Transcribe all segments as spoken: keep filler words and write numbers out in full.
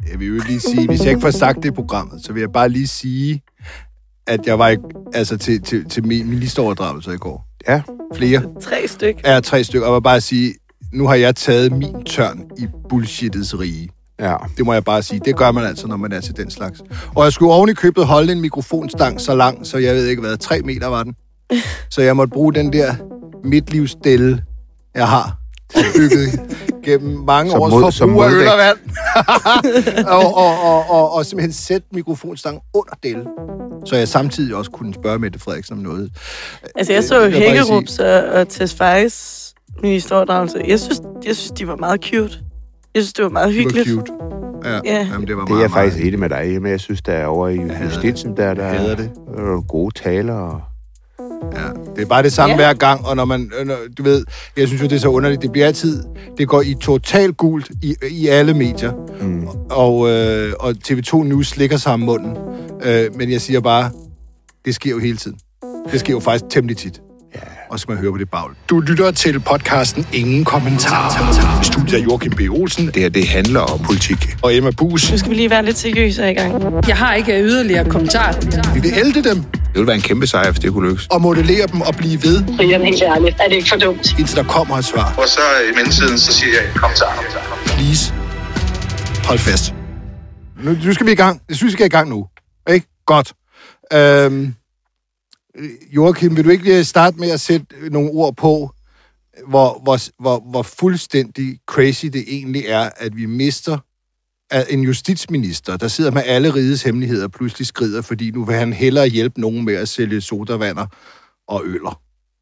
jeg vil jo lige sige, hvis jeg ikke får sagt det i programmet, så vil jeg bare lige sige, at jeg var ikke, altså til, til, til min ministeroverdragelse i går. Ja. Flere. Tre stykker. Ja, tre stykker. Og jeg vil bare sige, nu har jeg taget min tørn i bullshittets rige. Ja. Det må jeg bare sige. Det gør man altså, når man er til den slags. Og jeg skulle oven i købet holde en mikrofonstang så lang, så jeg ved ikke hvad, tre meter var den. Så jeg måtte bruge den der midtlivsdelle, jeg har bygget gennem mange som års mod, forbrug af øl og vand. og, og, og, og, og simpelthen sætte mikrofonstangen under delle, så jeg samtidig også kunne spørge Mette Frederiksen om noget. Altså, jeg så jo Hækkerups og, og Tesfayes ministeroverdragelse. Jeg synes, jeg synes, de var meget cute. Jeg synes, det var meget hyggeligt. Det var cute. Ja, ja. Jamen, det var det meget, er jeg faktisk meget... enig med dig, men jeg synes, der er over i justitsen, der, der er det. er gode taler. Og... Ja, det er bare det samme ja. hver gang, og når man, du ved, jeg synes jo, det er så underligt, det bliver altid, det går i total gult i, i alle medier, mm. og, øh, og T V to News slikker sig om munden, øh, men jeg siger bare, det sker jo hele tiden. Det sker jo faktisk temmelig tit. Ja. Og så skal man høre på det bagl. Du lytter til podcasten Ingen Kommentarer. Studiet Joachim B. Olsen. Det her, det handler om politik. Og Emma Buus. Nu skal vi lige være lidt seriøse i gang. Jeg har ikke yderligere kommentarer. Vi vil ælde dem. Det ville være en kæmpe sejr, hvis det kunne lykkes. Og modellere dem og blive ved. Brian, helt ærligt, er det ikke for dumt? Indtil der kommer et svar. Og så i mellemtiden, så siger jeg kommentarer. Please. Hold fast. Nu, nu skal vi i gang. Jeg synes, vi skal i gang nu. Ikke? Godt. Øhm, Joachim, vil du ikke starte med at sætte nogle ord på, hvor, hvor, hvor, hvor fuldstændig crazy det egentlig er, at vi mister en justitsminister, der sidder med alle rigets hemmeligheder, pludselig skrider, fordi nu vil han hellere hjælpe nogen med at sælge sodavander og øller.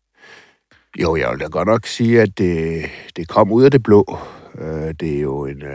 Jo, jeg vil da godt nok sige, at det, det kom ud af det blå. Det er jo en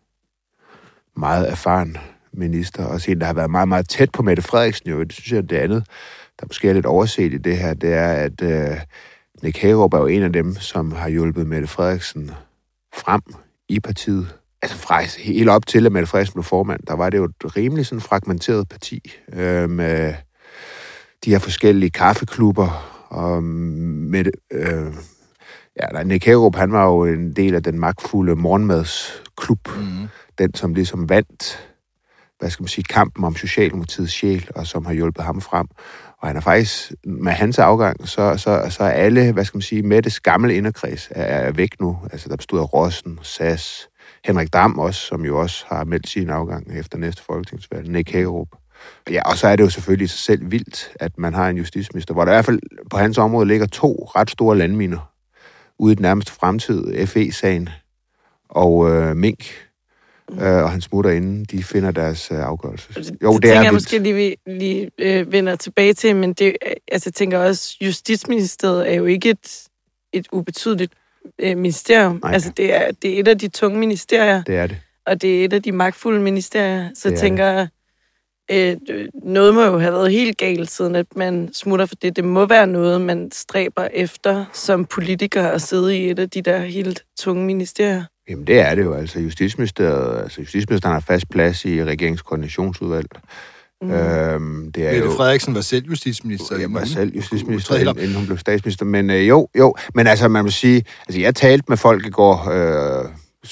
meget erfaren minister, og en, der har været meget, meget tæt på Mette Frederiksen. Jo. Det synes jeg, det andet, der måske er lidt overset i det her, det er, at uh, Nick Hækkerup er jo en af dem, som har hjulpet Mette Frederiksen frem i partiet. Altså fra helt op til, at Mette Frederiksen blev formand, der var det jo et rimelig sådan fragmenteret parti øh, med de her forskellige kaffeklubber. Og med, øh, ja, Nick Hækkerup, han var jo en del af den magtfulde morgenmadsklub. Mm. Den, som ligesom vandt, hvad skal man sige, kampen om Socialdemokratiets sjæl, og som har hjulpet ham frem. Og han er faktisk, med hans afgang, så, så, så er alle, hvad skal man sige, Mettes gamle inderkreds er, er væk nu. Altså, der bestod af Rossen, Sass, Henrik Dam også, som jo også har meldt sin afgang efter næste folketingsvalg, Nick Hækkerup. Ja, og så er det jo selvfølgelig i sig selv vildt, at man har en justitsminister, hvor der i hvert fald på hans område ligger to ret store landminer ude i den nærmeste fremtid, F E-sagen og øh, Mink. Mm. Øh, og hans mutter inden, de finder deres øh, afgørelse. Det, jo, det, det tænker er jeg måske lige, vi lige øh, vender tilbage til, men det, altså, jeg tænker også, Justitsministeriet er jo ikke et, et ubetydeligt øh, ministerium. Nej. Altså, det er, det er et af de tunge ministerier. Det er det. Og det er et af de magtfulde ministerier. Så jeg tænker, øh, noget må jo have været helt galt, siden at man smutter for det. Det må være noget, man stræber efter som politiker at sidde i et af de der helt tunge ministerier. Jamen, det er det jo. Altså, Justitsministeriet, altså, Justitsministeren har fast plads i regeringskoordinationsudvalget. Mm. Øhm, det er Mette jo... Frederiksen var selv justitsminister. Jeg var selv justitsminister, inden, inden hun blev statsminister. Men øh, jo, jo. Men altså, man må sige... Altså, jeg talte med folk i går, øh,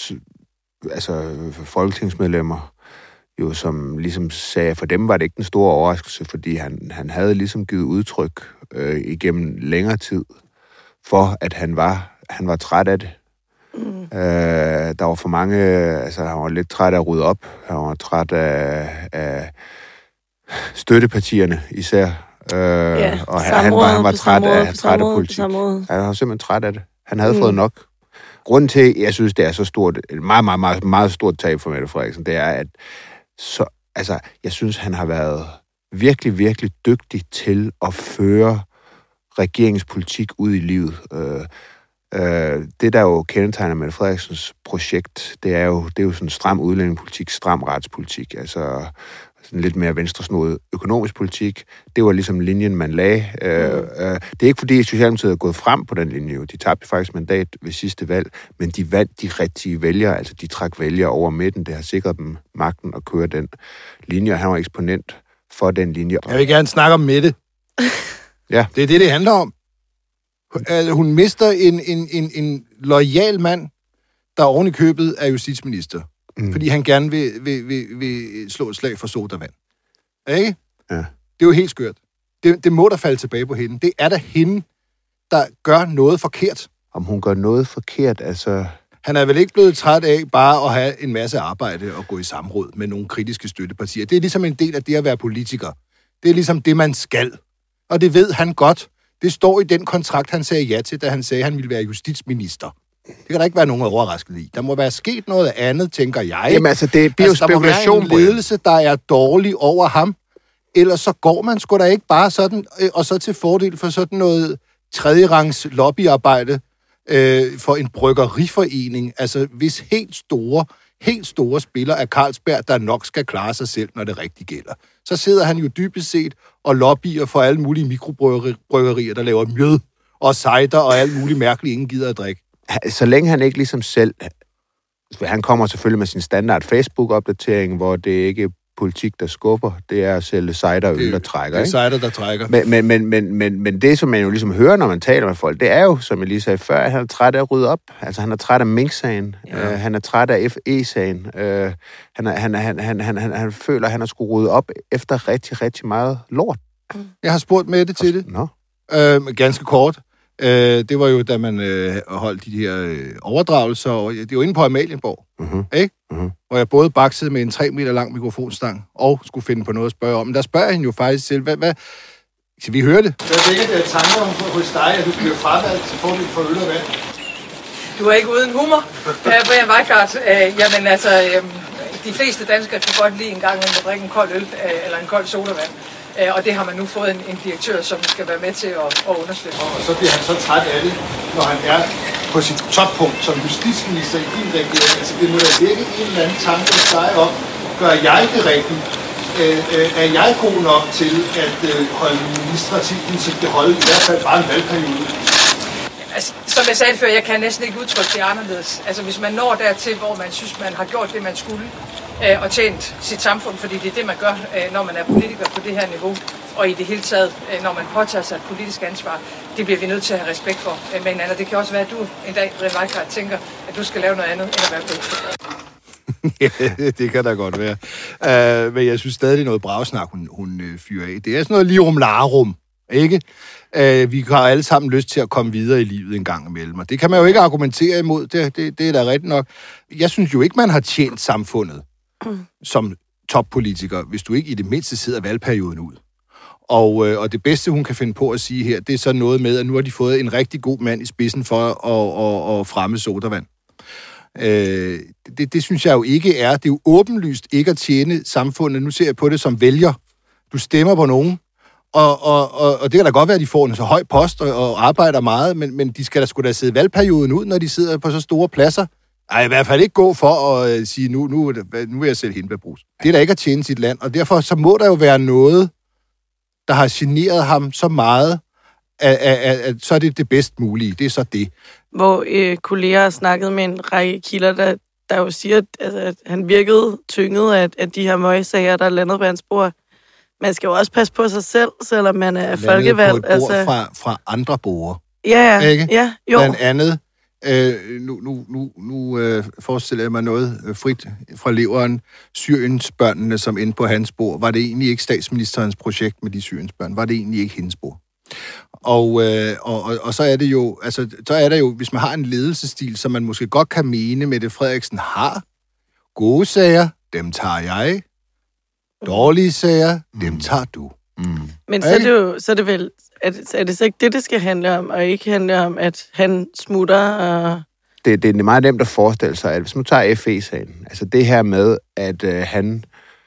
altså folketingsmedlemmer, jo, som ligesom sagde, for dem var det ikke en stor overraskelse, fordi han, han havde ligesom givet udtryk øh, igennem længere tid for, at han var, han var træt af det. Mm. Øh, der var for mange, altså han var lidt træt af at rydde op, han var træt af, af støttepartierne især, øh, ja, og han, han var, han var træt af, træt af politik. Han var simpelthen træt af det. Han havde mm. fået nok. Grunden til, jeg synes, det er så stort, et meget, meget, meget, meget stort tab for Mette Frederiksen, det er, at så, altså, jeg synes, han har været virkelig, virkelig dygtig til at føre regeringspolitik ud i livet. Øh, øh, det, der jo kendetegner Mette Frederiksens projekt, det er jo, det er jo sådan stram udlændingepolitik, stram retspolitik, altså sådan lidt mere venstresnodet økonomisk politik. Det var ligesom linjen, man lagde. Mm. Øh, øh, det er ikke fordi, at Socialdemokratiet er gået frem på den linje. De tabte faktisk mandat ved sidste valg, men de vandt de rigtige vælgere, altså de trak vælgere over midten. Det har sikret dem magten at køre den linje, og han var eksponent for den linje. Jeg vil gerne snakke om Mette. Ja. Det er det, det handler om. Hun mister en, en, en, en loyal mand, der oven i købet er justitsminister. mm. fordi han gerne vil, vil, vil, vil slå et slag for sodavand. Ikke? Ja. Det er jo helt skørt. Det, det må der falde tilbage på hende. Det er da hende, der gør noget forkert. Om hun gør noget forkert, altså... Han er vel ikke blevet træt af bare at have en masse arbejde og gå i samråd med nogle kritiske støttepartier. Det er ligesom en del af det at være politiker. Det er ligesom det, man skal. Og det ved han godt. Det står i den kontrakt, han sagde ja til, da han sagde, at han ville være justitsminister. Det kan der ikke være nogen overrasket i. Der må være sket noget andet, tænker jeg. Jamen altså, det bliver altså, jo spekulation. Der må være en ledelse, der er dårlig over ham. Ellers så går man sgu da ikke bare sådan, og så til fordel for sådan noget tredjerangs lobbyarbejde øh, for en bryggeriforening. Altså, hvis helt store, helt store spiller er Carlsberg, der nok skal klare sig selv, når det rigtig gælder. Så sidder han jo dybest set og lobbyer for alle mulige mikrobryggerier, der laver mjød og cider og alt muligt mærkeligt, ingen gider at drikke. Så længe han ikke ligesom selv... Han kommer selvfølgelig med sin standard Facebook-opdatering, hvor det ikke er politik, der skubber. Det er at sælge cider og øl, der trækker. Det er cider, der trækker. Men, men, men, men, men, men det, som man jo ligesom hører, når man taler med folk, det er jo, som jeg lige sagde før, at han er træt af at rydde op. Altså, han er træt af Mink-sagen. Ja. Uh, han er træt af F E-sagen. Uh, han, er, han, han, han, han, han, han føler, at han har skulle rydde op efter rigtig, rigtig meget lort. Jeg har spurgt Mette til det. Nå. Uh, ganske kort. Uh, det var jo, da man uh, holdt de her uh, overdragelser. Og det er jo inde på Amalienborg. Uh-huh. Ikke? Uh-huh. Hvor jeg både baksede med en tre meter lang mikrofonstang og skulle finde på noget at spørge om. Men der spørger hende jo faktisk selv, hvad... hvad skal vi høre det? Hvad vækker det tanker om hos dig, at du bliver fravalgt til fordel for øl og vand? Du er ikke uden humor, Brian Weikart. Jamen altså, øh, de fleste danskere kan godt lide en gang at drikke en kold øl øh, eller en kold sodavand. Og det har man nu fået en, en direktør, som skal være med til at, at understøtte. Og så bliver han så træt af det, når han er på sit toppunkt som justitsminister i din regering. Altså det må da vække en eller anden tanke hos dig om, gør jeg det rigtigt? Øh, øh, er jeg god nok til at øh, holde administrativen, så det holder i hvert fald bare en valgperiode? Altså, som jeg sagde før, jeg kan næsten ikke udtrykke det anderledes. Altså hvis man når dertil, hvor man synes, man har gjort det, man skulle, og tjent sit samfund, fordi det er det, man gør, når man er politiker på det her niveau, og i det hele taget, når man påtager sig et politisk ansvar. Det bliver vi nødt til at have respekt for med hinanden. Det kan også være, at du en dag, Brian Weikart, tænker, at du skal lave noget andet, end at være politiker. Ja, det kan da godt være. Uh, men jeg synes stadig, det er noget bragsnak, hun, hun uh, fyrer af. Det er sådan noget lirum larum, ikke? Uh, vi har alle sammen lyst til at komme videre i livet en gang imellem, og det kan man jo ikke argumentere imod. Det, det, det er da rigtigt nok. Jeg synes jo ikke, man har tjent samfundet som toppolitiker, hvis du ikke i det mindste sidder valgperioden ud. Og, øh, og det bedste, hun kan finde på at sige her, det er så noget med, at nu har de fået en rigtig god mand i spidsen for at, at, at fremme sodavand. Øh, det, det synes jeg jo ikke er. Det er jo åbenlyst ikke at tjene samfundet. Nu ser jeg på det som vælger. Du stemmer på nogen, og, og, og, og det kan da godt være, at de får en så høj post og, og arbejder meget, men, men de skal da sgu da sidde valgperioden ud, når de sidder på så store pladser. Ej, i hvert fald ikke gå for at uh, sige, nu, nu, nu vil jeg sælge hindbærbrus. Det er da ikke at tjene sit land, og derfor så må der jo være noget, der har generet ham så meget, at, at, at, at så er det det bedst mulige. Det er så det. Hvor øh, kolleger har snakket med en række kilder, der, der jo siger, at, altså, at han virkede tynget af, at de her møgsager, der er landet på hans bord. Man skal jo også passe på sig selv, selvom man er folkevalgt. Landet på et bord altså... fra, fra andre borde. Ja, ja. Ikke? Ja, jo. Blandt andet... Øh, nu nu, nu, nu øh, forestiller jeg mig noget øh, frit fra leveren. Syriensbørnene, som endte på hans bord. Var det egentlig ikke statsministerens projekt med de syriensbørn? Var det egentlig ikke hendes bord? Og, øh, og, og, og så er det jo, altså, så er der jo, hvis man har en ledelsesstil, som man måske godt kan mene, Mette Frederiksen har. Gode sager, dem tager jeg. Dårlige sager, mm. dem tager du. Mm. Men så er, det jo, så er det vel, er det, er det så ikke det, det skal handle om, og ikke handle om, at han smutter og... Det, det er meget nemt at forestille sig, at hvis man tager F E-sagen, altså det her med, at øh, han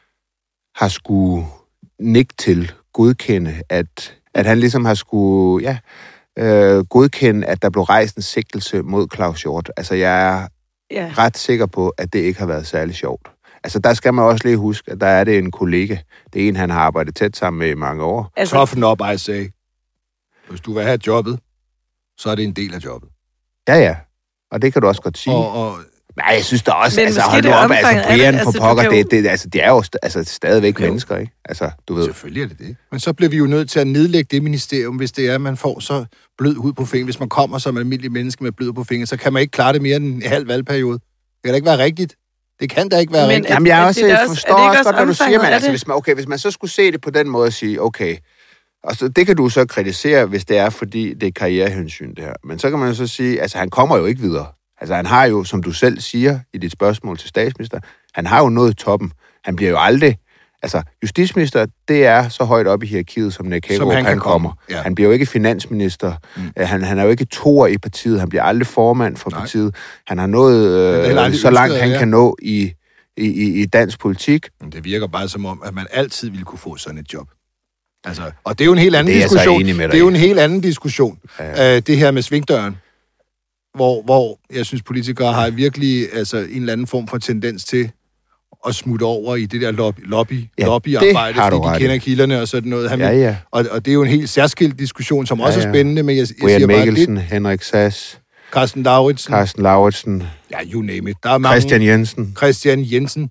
har skulle nikke til, godkende, at, at han ligesom har skulle, ja, øh, godkende, at der blev rejst en sigtelse mod Claus Hjort. Altså jeg er ja. ret sikker på, at det ikke har været særlig sjovt. Altså, der skal man også lige huske, at der er det en kollega. Det er en, han har arbejdet tæt sammen med i mange år. Altså... Toughen up, I say. Hvis du vil have jobbet, så er det en del af jobbet. Ja, ja. Og det kan du også godt sige. Og, og... Nej, jeg synes da også, men altså hold nu op, altså Brian for altså, pokker, det, det, altså, det er jo altså, stadigvæk jo. mennesker, ikke? Altså, du ved. Selvfølgelig er det det. Men så bliver vi jo nødt til at nedlægge det ministerium, hvis det er, at man får så blød hud på fingeren. Hvis man kommer som almindelig menneske med blød på fingeren, så kan man ikke klare det mere end en halv valgperiode. Det kan da ikke være rigtigt. Det kan da ikke være Men rigtigt. er- Jamen, jeg er også, det er jeg også- forstår er det ikke også også godt, hvad du siger, omfanget men af altså, det? hvis man, okay, hvis man så skulle se det på den måde og sige, okay, og så, det kan du så kritisere, hvis det er, fordi det er karrierehensyn, det her. Men så kan man jo så sige, altså, han kommer jo ikke videre. Altså, han har jo, som du selv siger i dit spørgsmål til statsminister, han har jo nået toppen. Han bliver jo aldrig... Altså, justitsminister, det er så højt op i hierarkiet, som Nick Hækkerup, han han, kan kommer. komme, ja. Han bliver jo ikke finansminister. Mm. Han, han er jo ikke toer i partiet. Han bliver aldrig formand for Nej. partiet. Han har nået det er øh, aldrig så langt, ønsket, han ja. kan nå i, i, i, i dansk politik. Men det virker bare som om, at man altid ville kunne få sådan et job. Altså, og det er jo en helt anden Det er jeg så diskussion. enig med dig Det er jo i. en helt anden diskussion. Ja. Øh, det her med svingdøren, hvor, hvor jeg synes, politikere har virkelig altså, en eller anden form for tendens til at smutte over i det der lobby, lobby, Ja, lobbyarbejde, det har du fordi de ret i. kender kilderne og sådan noget. Han Ja, vil, ja. Og, og det er jo en helt særskilt diskussion, som Ja, også er ja. spændende, men jeg, jeg Brian siger bare Mikkelsen, lidt. Henrik Sass, Carsten Lauritsen. Carsten Lauritsen, Ja, you name it. Der er mange. Christian Jensen. Christian Jensen.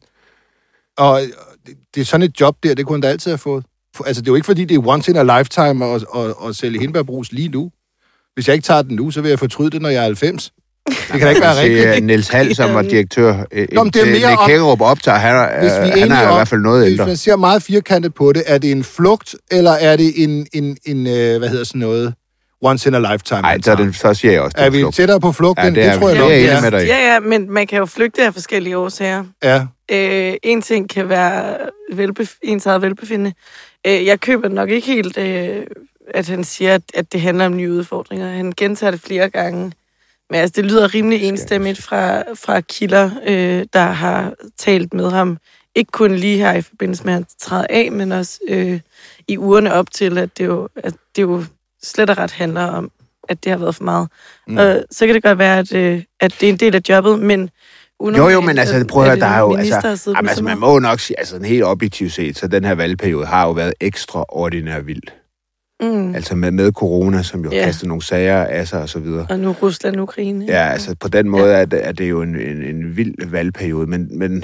Og det, det er sådan et job der, det kunne han da altid have fået. For, altså, det er jo ikke, fordi det er once in a lifetime at, at, at sælge hindbærbrus lige nu. Hvis jeg ikke tager den nu, så vil jeg fortryde det, når jeg er halvfems. Det kan da ikke være rigtigt. Se, Niels Hall, som var direktør øh, Nå, men det er indtil mere Nick om- Hækkerup optager, han er, Hvis vi er øh, han enige er i om- hvert fald noget Hvis ældre. man ser meget firkantet på det, er det en flugt, eller er det en, en, en øh, hvad hedder sådan noget, once in a lifetime? Nej, man så, er tager? det, så siger jeg også, det Er vi flugt. tættere på flugten? Ja, det er det tror vi. jeg nok, Det er det jeg er. enig med dig i. Ja, ja, men man kan jo flygte af forskellige årsager. Ja. Øh, en ting kan være velbef- ens eget velbefindende. Øh, jeg køber nok ikke helt, øh, at han siger, at, at det handler om nye udfordringer. Han gentager det flere gange. Men altså, det lyder rimelig enstemmigt fra, fra kilder, øh, der har talt med ham. Ikke kun lige her i forbindelse med, at han træder af, men også øh, i ugerne op til, at det jo, at det jo slet og ret handler om, at det har været for meget. Mm. Og så kan det godt være, at, øh, at det er en del af jobbet, men... Jo, jo, men altså, prøv at høre, der er jo... Altså, Altså, jamen, altså, man må jo nok sige, altså, en helt objektivt set, så den her valgperiode har jo været ekstraordinær vild. Mm. Altså med, med corona, som jo Ja. yeah. kastet nogle sager af sig og så videre. Og nu Rusland og Ukraine. Ja, altså på den måde er det, er det jo en, en, en vild valgperiode, men, men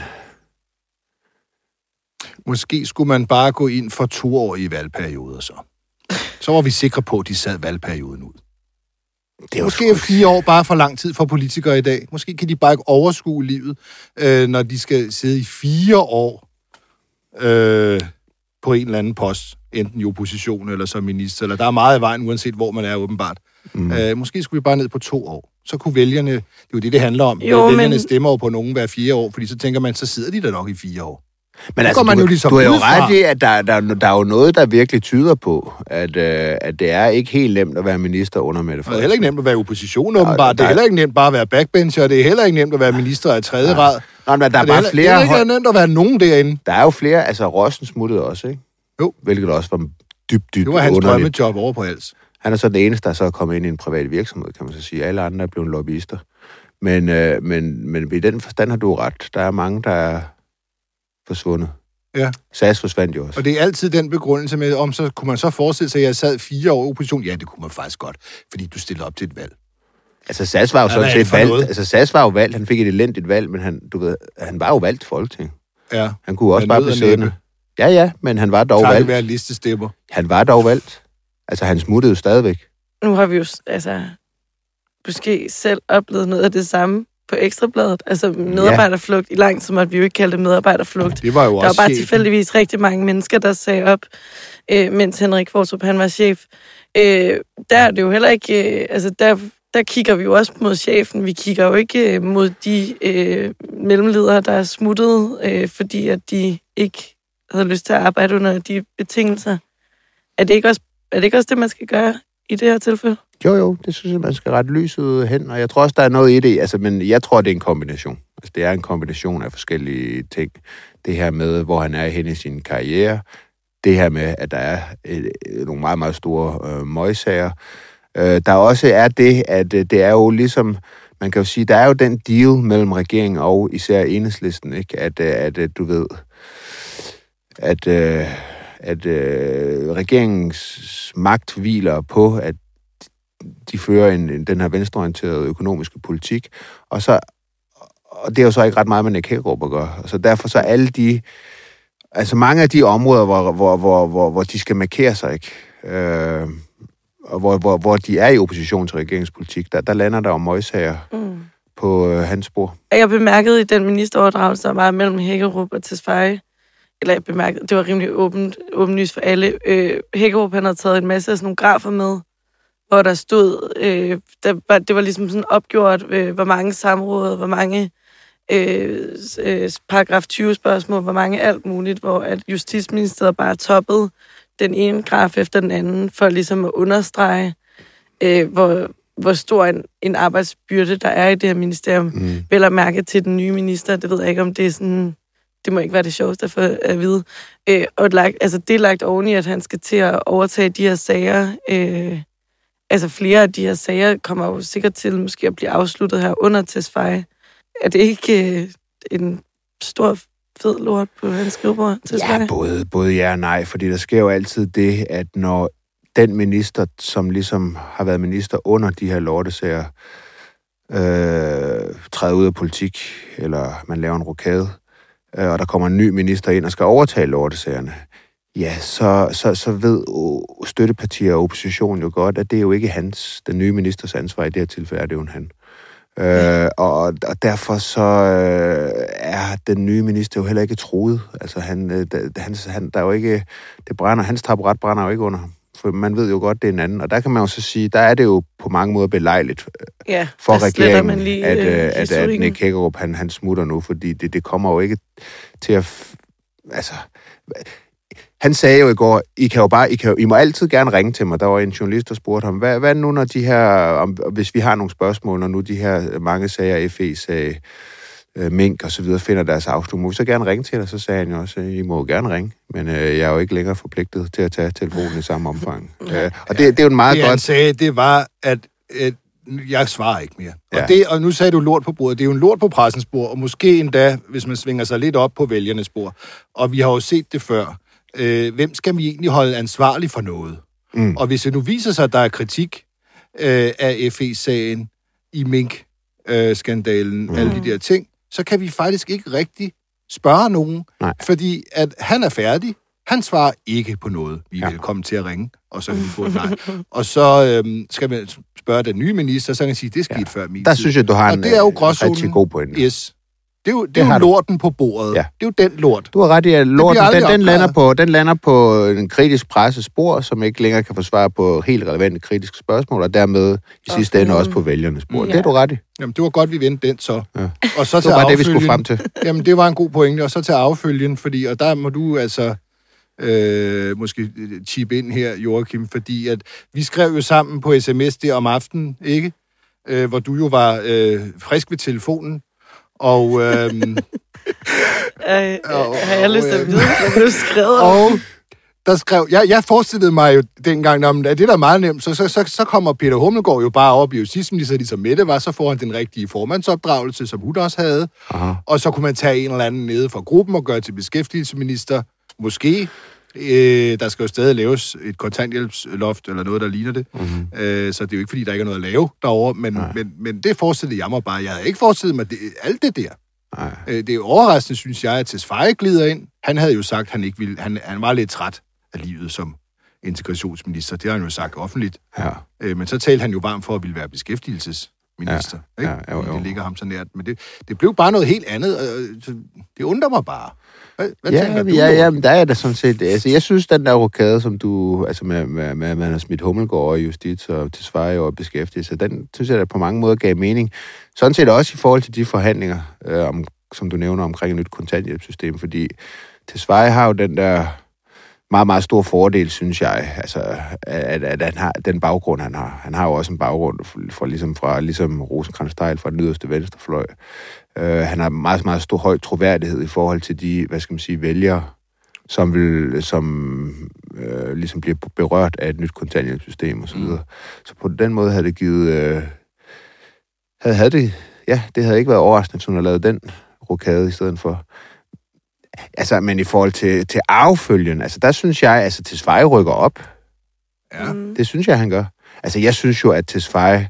Måske skulle man bare gå ind for toårige valgperioder så. Så var vi sikre på, at de sad valgperioden ud. det er jo Måske er fire år bare for lang tid for politikere i dag. Måske kan de bare ikke overskue livet, øh, når de skal sidde i fire år øh, på en eller anden post. Enten i opposition eller som minister. Eller der er meget i vejen, uanset hvor man er åbenbart. Mm. Øh, måske skulle vi bare ned på to år. Så kunne vælgerne... Det er jo det, det handler om. Jo, vælgerne men- stemmer jo på nogen hver fire år, fordi så tænker man, så sidder de der nok i fire år. Men Så altså, går man du, jo ligesom du er jo ud fra- ret i, at der, der, der er jo noget, der virkelig tyder på, at, øh, at det er ikke helt nemt at være minister under Mette Det er Frederiksen. heller ikke nemt at være i opposition, åbenbart. der- Det er heller ikke nemt bare at være backbencher. Det er heller ikke nemt at være minister af tredje rad. Nå, men der er Og det er bare heller- flere... Det er heller høj- ikke nemt at være nogen derinde. Der er jo flere... Altså, Rossen smuttede også, ikke? Jo. Hvilket også var dybt, dybt Det var hans underligt. drømmejob over på hals. Han er så den eneste, der så er kommet ind i en privat virksomhed, kan man så sige. Alle andre er blevet lobbyister. Men, øh, men, men i den forstand har du ret. Der er mange, der er forsvundet. Ja. S A S forsvandt jo også. Og det er altid den begrundelse med, om så kunne man så forestille sig, at jeg sad fire år i opposition. Ja, det kunne man faktisk godt, fordi du stillede op til et valg. Altså, S A S var jo Hvad er sådan det set for valgt. noget? Altså, S A S var jo valgt. Han fik et elendigt valg, men han, du ved, han var jo valgt til Folketinget. Ja, Han kunne også Men bare nød blive og siddende. næppe. Ja, ja, men han var dog takket valgt. være listestemmer. Han var dog valgt. Altså, han smuttede jo stadigvæk. Nu har vi jo altså måske selv oplevet noget af det samme på Ekstrabladet. Altså medarbejderflugt. I lang tid måtte vi jo ikke kalde det medarbejderflugt. Det var jo Der var også bare chefen. tilfældigvis rigtig mange mennesker, der sagde op, øh, mens Henrik Qvortrup, han var chef. Øh, der er det jo heller ikke... Øh, altså, der, der kigger vi jo også mod chefen. Vi kigger jo ikke øh, mod de øh, mellemledere, der er smuttet, øh, fordi at de ikke havde lyst til at arbejde under de betingelser. Er det ikke også, er det, ikke også det, man skal gøre i det her tilfælde? Jo, jo, det synes jeg, man skal rette lyset hen, og jeg tror også, der er noget i det, altså, men jeg tror, det er en kombination. Altså, det er en kombination af forskellige ting. Det her med, hvor han er henne i sin karriere, det her med, at der er øh, nogle meget, meget store øh, møgsager. Øh, der også er det, at øh, det er jo ligesom, man kan jo sige, der er jo den deal mellem regeringen og især Enhedslisten, ikke? At, øh, at øh, du ved, at... Øh, at øh, regeringens magt hviler på, at de fører en, en, den her venstreorienterede økonomiske politik, og så og det er jo så ikke ret meget med Nick Hækkerup at gøre. Så derfor så alle de, altså mange af de områder, hvor, hvor, hvor, hvor, hvor de skal markere sig, ikke? Øh, og hvor, hvor, hvor de er i opposition til regeringspolitik, der, der lander der jo møgsager Mm. på øh, hans spor. Jeg bemærkede i den ministeroverdragelse, der var mellem Hækkerup og Tesfaye, eller jeg bemærkede, det var rimelig åbent, åbenlyst for alle. Øh, Hækkerup, han havde taget en masse af sådan nogle grafer med, hvor der stod, øh, der var, det var ligesom sådan opgjort, øh, hvor mange samråd, hvor mange øh, øh, paragraf tyve spørgsmål, hvor mange alt muligt, hvor at Justitsministeriet bare toppede den ene graf efter den anden, for ligesom at understrege, øh, hvor, hvor stor en, en arbejdsbyrde der er i det her ministerium. Mm. Vel at mærke til den nye minister, det ved jeg ikke, om det er sådan, det må ikke være det sjoveste for at vide. Øh, og lagt, altså det er lagt oven i, at han skal til at overtage de her sager. Øh, altså flere af de her sager kommer jo sikkert til måske at blive afsluttet her under Tesfaye. Er det ikke øh, en stor fed lort på hans skrivebord, Tesfaye? Ja, både, både ja og nej, fordi der sker jo altid det, at når den minister, som ligesom har været minister under de her lortesager, øh, træder ud af politik, eller man laver en rokade, øh, og der kommer en ny minister ind og skal overtage lortesagerne, ja, så, så, så ved støttepartier og opposition jo godt, at det er jo ikke hans, den nye ministers ansvar. I det her tilfælde er det jo en han. Øh, og, og derfor så øh, er den nye minister jo heller ikke truet. Altså han, øh, hans, han, der er jo ikke, det brænder, hans taburet brænder jo ikke under ham. For man ved jo godt, det er en anden. Og der kan man jo så sige, der er det jo på mange måder belejligt ja, for regeringen, lige, at, øh, at, at Nick Hækkerup, han, han smutter nu, fordi det, det kommer jo ikke til at... Altså... Han sagde jo i går, I kan jo bare, I, kan jo, I må altid gerne ringe til mig. Der var en journalist, der spurgte ham, hvad, hvad nu, når de her, om, hvis vi har nogle spørgsmål, når nu de her mange sager, F E-sag, øh, Mink og så videre, finder deres afslutning, må vi så gerne ringe til dig? Så sagde han jo også, I må jo gerne ringe, men øh, jeg er jo ikke længere forpligtet til at tage telefonen i samme omfang. øh, og det, det er jo en meget det, godt... han sagde, det var, at, at jeg svarer ikke mere. Ja. Og, det, og nu sagde du lort på bordet. Det er jo en lort på pressens bord, og måske endda, hvis man svinger sig lidt op på vælgernes bord. Og vi har jo set det før. Øh, hvem skal vi egentlig holde ansvarlig for noget? Mm. Og hvis det nu viser sig, at der er kritik øh, af F E-sagen i Mink-skandalen, øh, mm. alle de der ting, så kan vi faktisk ikke rigtig spørge nogen, Nej. fordi at han er færdig. Han svarer ikke på noget. Vi er ja. velkommen til at ringe, og så kan vi få et nej. Og så øhm, skal man spørge den nye minister, så kan han sige, det skete ja. før min Der tid. synes jeg, du har og en, det er jo rigtig god pointe. Yes. Det er jo, det det er jo lorten på bordet. Ja. Det er jo den lort. Du har ret i, at lorten, den, den, lander på, den lander på en kritisk pressespor, som ikke længere kan få svar på helt relevante kritiske spørgsmål, og dermed i okay. sidste ende også på vælgernes spor. Ja. Det er du ret i. Jamen, det var godt, vi vendte den så. Ja. Og så det var det, vi skulle frem til. Jamen, det var en god pointe. Og så til affølgen, fordi, og der må du altså øh, måske chip ind her, Joachim, fordi at vi skrev jo sammen på sms der om aftenen, ikke? Øh, hvor du jo var øh, frisk ved telefonen. Og, øhm, øh, og, har jeg lyst til at vide, hvad du skrev? Og der skrev, jeg, jeg forestillede mig jo dengang, at det der er meget nemt, så, så, så, så kommer Peter Hummelgaard jo bare op i justitsminister, ligesom Mette var, så får han den rigtige formandsopdragelse, som hun også havde, Aha. og så kunne man tage en eller anden nede fra gruppen og gøre til beskæftigelsesminister, måske. Øh, der skal jo stadig laves et kontanthjælpsloft, eller noget, der ligner det. Mm-hmm. Øh, så det er jo ikke, fordi der ikke er noget at lave derovre, men, men, men det forestillede jeg mig bare. Jeg havde ikke forestillet mig det, alt det der. Øh, det er overraskende, synes jeg, at Tesfaye glider ind. Han havde jo sagt, at han ikke ville, han, han var lidt træt af livet som integrationsminister. Det har han jo sagt offentligt. Ja. Øh, men så talte han jo varmt for at ville være beskæftigelsesminister. Ja. Ikke? Ja, jo, jo. Det ligger ham så nært. Men det, det blev bare noget helt andet. Det undrer mig bare. Hvad, hvad ja, tænker du? Ja, ja, men der er det sådan set. Altså, jeg synes, den der rokade, som du, altså med, med, med, man har smidt Hummelgaard og Justits og Tesfaye og beskæftigelse, den synes jeg, der på mange måder gav mening. Sådan set også i forhold til de forhandlinger, øh, om, som du nævner omkring et nyt kontanthjælpssystem, fordi Tesfaye har jo den der meget, meget stor fordel, synes jeg, altså, at, at han har den baggrund, han har. Han har jo også en baggrund fra, ligesom, fra ligesom Rosenkrantz-Theil fra den yderste venstrefløj. Uh, han har meget, meget stor høj troværdighed i forhold til de, hvad skal man sige, vælgere, som vil, som uh, ligesom bliver berørt af et nyt kontanthjælpssystem og så videre. Mm. Så på den måde havde det givet, uh, havde, havde det, ja, det havde ikke været overraskende, at hun havde lavet den rokade i stedet for. Altså, men i forhold til, til arvefølgen, altså der synes jeg, altså Tesfaye rykker op. Ja. Det synes jeg, han gør. Altså, jeg synes jo, at Tesfaye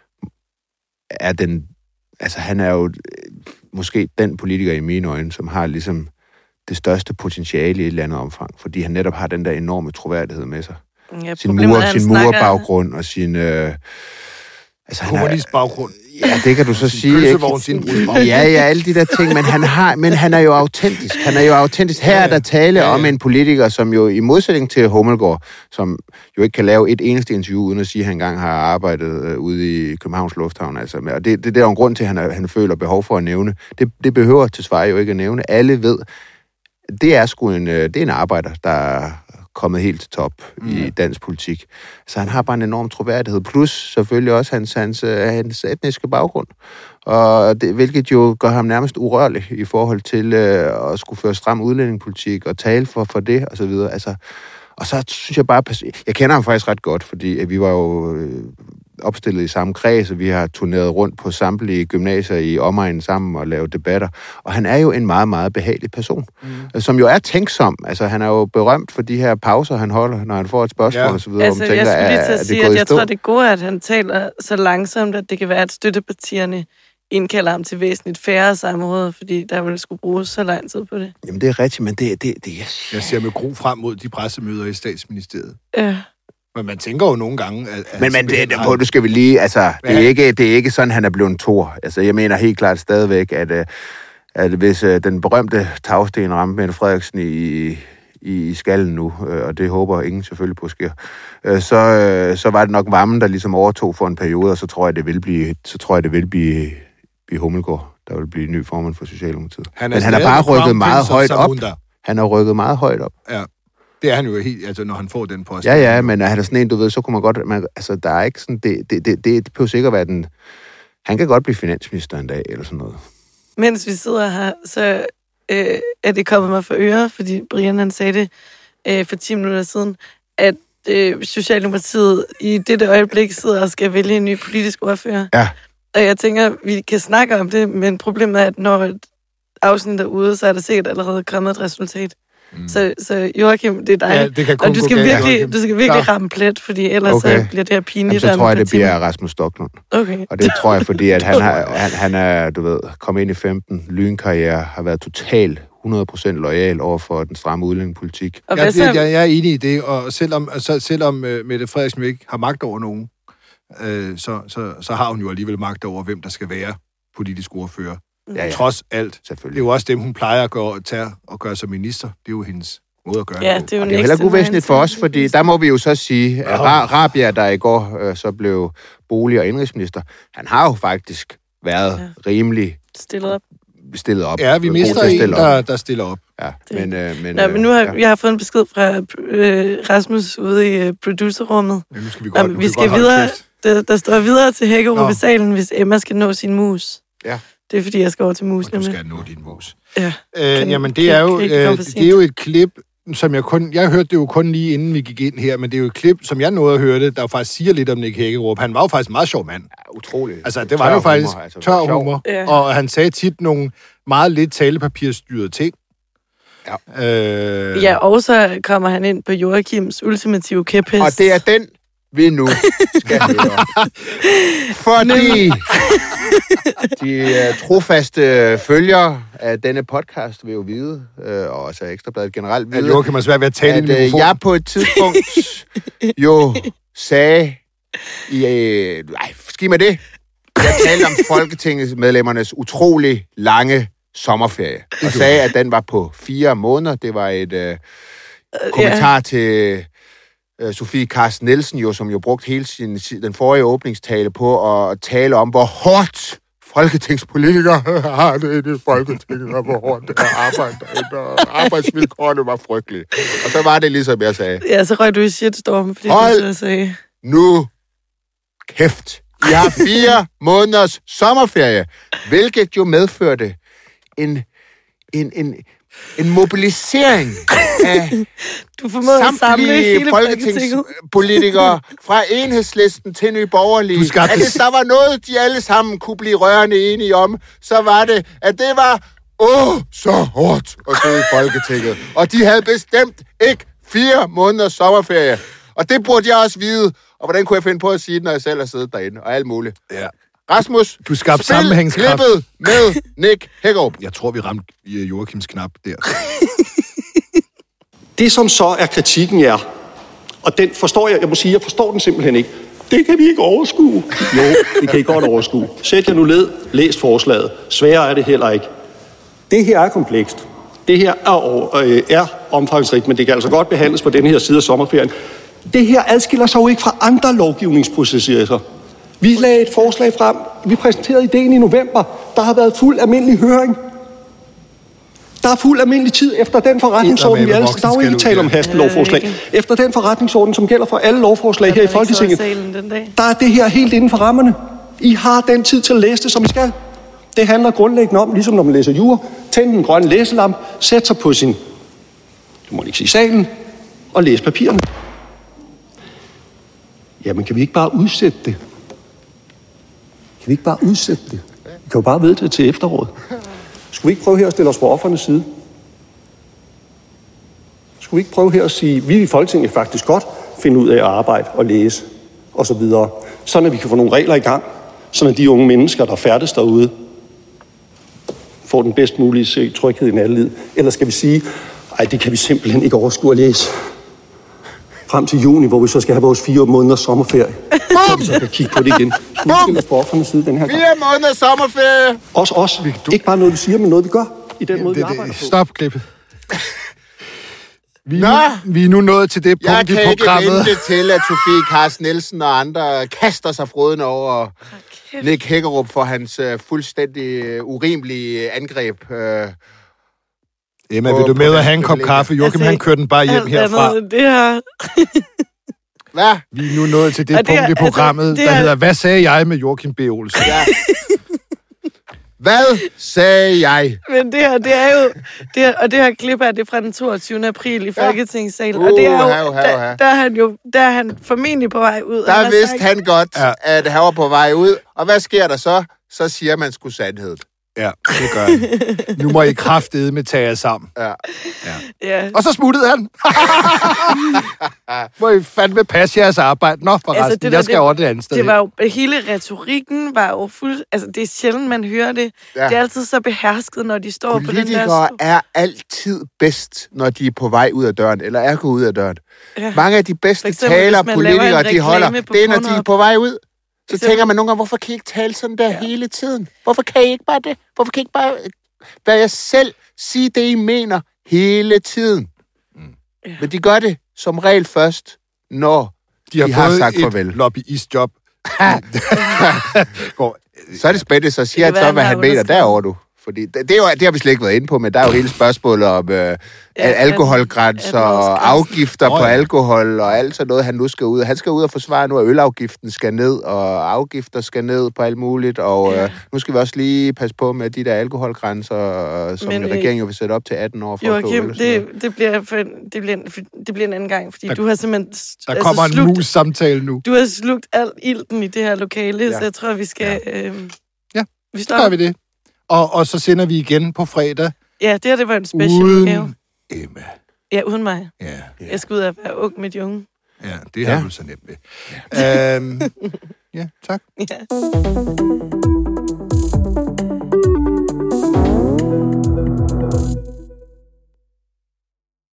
er den, altså han er jo måske den politiker i mine øjne, som har ligesom det største potentiale i et eller andet omfang, fordi han netop har den der enorme troværdighed med sig. Ja, sin mur, sin murbaggrund og sin, øh, Altså, kommunist baggrund. Ja, det kan du så sige. Pølsevognsindbrudsbaggrund. Ja, ja, alle de der ting, men han, har, men han er jo autentisk. Han er jo autentisk. Her er der tale ja, ja. om en politiker, som jo i modsætning til Hummelgaard, som jo ikke kan lave et eneste interview, uden at sige, at han engang har arbejdet øh, ude i Københavns Lufthavn. Altså, og det, det, det er jo en grund til, at han, er, han føler behov for at nævne. Det, det behøver Tesfaye jo ikke at nævne. Alle ved, det er sgu en, det er en arbejder, der er kommet helt til top mm. i dansk politik. Så han har bare en enorm troværdighed. Plus selvfølgelig også hans, hans, hans etniske baggrund. Og det, hvilket jo gør ham nærmest urørlig i forhold til øh, at skulle føre stram udlændingepolitik og tale for, for det og så videre. Altså, og så synes jeg bare... Jeg kender ham faktisk ret godt, fordi at vi var jo øh, opstillet i samme kreds, og vi har turneret rundt på samtlige gymnasier i omegnen sammen og lavet debatter. Og han er jo en meget, meget behagelig person, mm. som jo er tænksom. Altså, han er jo berømt for de her pauser, han holder, når han får et spørgsmål ja. og så videre. Altså, tænker, jeg skulle lige til at, at sige, at jeg stå? tror, det er godt, at han taler så langsomt, at det kan være, at støttepartierne indkalder ham til væsentligt færre samråd, fordi der ville skulle bruges så lang tid på det. Jamen, det er rigtigt, men det... det, det yes. Jeg ser med gro frem mod de pressemøder i Statsministeriet. Ja. Men man tænker jo nogle gange... At, at men men det, det, på, du skal vi lige... Altså, det er, ikke, det er ikke sådan, han er blevet en tor. Altså, jeg mener helt klart stadigvæk, at, at hvis uh, den berømte tagsten ramte Mette Frederiksen i, i, i skallen nu, uh, og det håber ingen selvfølgelig på sker, uh, så, uh, så var det nok varmen, der ligesom overtog for en periode, og så tror jeg, det vil blive, så tror jeg, det vil blive, blive Hummelgaard, der vil blive ny formand for Socialdemokratiet. Han men han har bare rykket meget højt op. Han har rykket meget højt op. Ja. Det er han jo helt, altså når han får den post. Ja, ja, men er han er sådan en, du ved, så kunne man godt, man, altså der er ikke sådan, det, det, det, det, det behøver sikkert være den, han kan godt blive finansminister en dag, eller sådan noget. Mens vi sidder her, så øh, er det kommet mig for øre, fordi Brian han sagde det øh, for ti minutter siden, at øh, Socialdemokratiet i dette øjeblik sidder og skal vælge en ny politisk ordfører. Ja. Og jeg tænker, vi kan snakke om det, men problemet er, at når et afsnit er ude, så er der sikkert allerede kommet et resultat. Mm. Så, så Joachim, det er dig. Ja, det kan kun og du skal, galt, virkelig, du skal virkelig ramme plet, fordi ellers okay. så bliver det her pinligt. Jamen, så tror jeg, det bliver Rasmus Stoklund. Okay. Og det tror jeg, fordi at han, har, han, han er, du ved, kommet ind i femten, lynkarriere, har været totalt hundrede procent loyal over for den stramme udlændingepolitik. Jeg, jeg, jeg, jeg er enig i det, og selvom, altså, selvom uh, Mette Frederiksen ikke har magt over nogen, uh, så, så, så har hun jo alligevel magt over, hvem der skal være politisk ordfører. Ja, ja. Trods alt. Det er jo også dem, hun plejer at gøre, tage og gøre som minister. Det er jo hendes måde at gøre ja, det det er jo og det er heller uvæsentligt for os, fordi der må vi jo så sige, at Rabia, der i går øh, så blev bolig- og indrigsminister, han har jo faktisk været ja. rimelig stillet op. Stillet op. Ja, vi mister en, der, der stiller op. Ja, men, øh, men, Nå, men nu har ja. jeg har fået en besked fra øh, Rasmus ude i øh, producerrummet. Ja, nu skal vi godt, Nå, vi skal videre. Der, der står videre til Hækkerup i salen, hvis Emma skal nå sin mus. Ja. Det er, fordi jeg skal over til mus. Og du skal nå din mus. Ja. Øh, jamen, det er, jo, øh, det er jo et klip, som jeg kun... Jeg hørte det jo kun lige inden vi gik ind her, men det er jo et klip, som jeg nåede at høre det, der faktisk siger lidt om Nick Hækkerup. Han var jo faktisk en meget sjov mand. Ja, utroligt. Altså, det var jo faktisk humor, altså, tør humor. Ja. Og han sagde tit nogle meget lidt talepapirstyrede ting. Ja. Øh... ja, og så kommer han ind på Joachims ultimative kæphest. Og det er den, vi nu skal høre. Fordi de uh, trofaste følgere af denne podcast vil jo vide, uh, og også af Ekstrabladet generelt vide, ja, jo, kan man svært ved at tale at uh, jeg på et tidspunkt jo sagde, i, uh, nej, skidt med det, jeg talte om folketingsmedlemmernes utrolig lange sommerferie, og sagde, at den var på fire måneder. Det var et uh, kommentar yeah. til Sofie Carsten Nielsen, jo, som jo brugte hele sin, den forrige åbningstale på at tale om, hvor hårdt folketingspolitikere har det i Folketinget, og hvor hårdt det er arbejde, og arbejdsvilkårene var frygtelige. Og så var det ligesom jeg sagde. Ja, så røg du i shitstorm, fordi Hold du så sagde... nu kæft. I har fire måneders sommerferie, hvilket jo medførte en, en, en, en mobilisering af du samtlige folketingspolitikere fra Enhedslisten til Nye Borgerlige. At hvis der var noget, de alle sammen kunne blive rørende enige om, så var det, at det var åh, så hårdt at sidde i Folketinget. Og de havde bestemt ikke fire måneders sommerferie. Og det burde jeg også vide. Og hvordan kunne jeg finde på at sige det, når jeg selv har siddet derinde, og alt muligt. Ja. Rasmus, du skabte sammenhængskraft. Klippet med Nick Hækkerup. Jeg tror, vi ramte Joachims knap der. Det, som så er kritikken er, og den forstår jeg, jeg må sige, jeg forstår den simpelthen ikke. Det kan vi ikke overskue. Jo, det kan I godt overskue. Sæt jer nu ned, læs forslaget. Sværere er det heller ikke. Det her er komplekst. Det her er, øh, er omfangsrigt, men det kan altså godt behandles på denne her side af sommerferien. Det her adskiller sig jo ikke fra andre lovgivningsprocesser. Vi lagde et forslag frem. Vi præsenterede ideen i november. Der har været fuld almindelig høring. Der er fuld almindelig tid efter den forretningsorden, vi alle... Der er jo ikke tale om hastelovforslag. Efter den forretningsorden, som gælder for alle lovforslag her i Folketinget, der er det her helt inden for rammerne. I har den tid til at læse det, som I skal. Det handler grundlæggende om, ligesom når man læser jura, tænd den grønne læselamp, sæt sig på sin, det må man ikke sige salen, og læse papirerne. Jamen, kan vi ikke bare udsætte det? Kan vi ikke bare udsætte det? Vi kan jo bare vedtage det til efteråret. Skulle vi ikke prøve her at stille os på offernes side? Skulle vi ikke prøve her at sige, vi i Folketinget faktisk godt finde ud af at arbejde og læse og så videre, sådan at vi kan få nogle regler i gang, sådan at de unge mennesker, der færdes derude, får den bedst mulige tryghed i nattelivet. Eller skal vi sige, ej, det kan vi simpelthen ikke overskue at læse. Frem til juni, hvor vi så skal have vores fire måneders sommerferie. Så vi så kan kigge på det igen. Skulle vi stille os på offernes side den her gang? Fire måneders sommerferie! Også os. Ikke bare noget, vi siger, men noget, vi gør. I den måde, det, vi arbejder det, på. Stop klippet. Vi, nu, vi er nu nået til det punkt i programmet. Jeg kan programmet. ikke vente til, at Sofie Carsten Nielsen og andre kaster sig frodende over Nick Hækkerup for hans uh, fuldstændig uh, urimelige angreb. Uh, Emma, vil du med at have en kop kaffe? Joachim, altså, han kører den bare hjem herfra. Det her... Hvad? Vi er nu nået til det, det punkt her, i programmet, altså, der her... hedder, hvad sagde jeg med Joachim B. Olsen? Ja. Hvad sagde jeg? Men det her, det er jo... Det her, og det her klip er det fra den toogtyvende april i Folketingssalen. Ja. Uh, og det er jo... Have, have, have. Der, der, er han jo der er han formentlig på vej ud. Der vidste sagt... han godt, ja. at han var på vej ud. Og hvad sker der så? Så siger man sgu sandhed. Ja, det gør han. Nu må I kraftedeme tage jer sammen. Ja. Ja. Ja. Og så smuttede han. Må I fandme passe jeres arbejde. Nå, forresten, altså, det der, jeg skal det, over det andet sted. Det var jo, hele retorikken var jo fuld... Altså, det er sjældent, man hører det. Ja. Det er altid så behersket, når de står på den der... Politikere er altid bedst, når de er på vej ud af døren, eller er gået ud af døren. Ja. Mange af de bedste eksempel, taler, politikere, de holder, det er, når de er på vej ud. Så tænker man nogle gange, hvorfor kan I ikke tale sådan der ja. hele tiden? Hvorfor kan I ikke bare det? Hvorfor kan I ikke bare være jer selv, sige det, I mener hele tiden? Mm. Ja. Men de gør det som regel først, når de har, de har sagt farvel. Lobbyistjob. Så er det spændende, så siger jeg så, hvad han mener derovre, du. Fordi det, det, er jo, det har vi slet ikke været inde på, men der er jo hele spørgsmålet om øh, ja, alkoholgrænser og afgifter oh, ja. på alkohol og alt sådan noget, han nu skal ud. Han skal ud og forsvare nu, at ølafgiften skal ned, og afgifter skal ned på alt muligt, og ja. øh, nu skal vi også lige passe på med de der alkoholgrænser, som men, regeringen jo vil sætte op til atten år for Joachim, at det, det, bliver for, det, bliver en, det bliver en anden gang, fordi der, du har simpelthen... Der altså, kommer en slugt, mus-samtale nu. Du har slugt al ilten i det her lokale, ja. så jeg tror, vi skal... Ja, øh, ja vi så gør vi det. Og, og så sender vi igen på fredag. Ja, det her, det var en special udgave. Emma. Ja, uden mig. Ja. Jeg skal ud og være ung med de unge. Ja, det har ja. du så nemt med. Ja. øhm, ja, tak. Ja.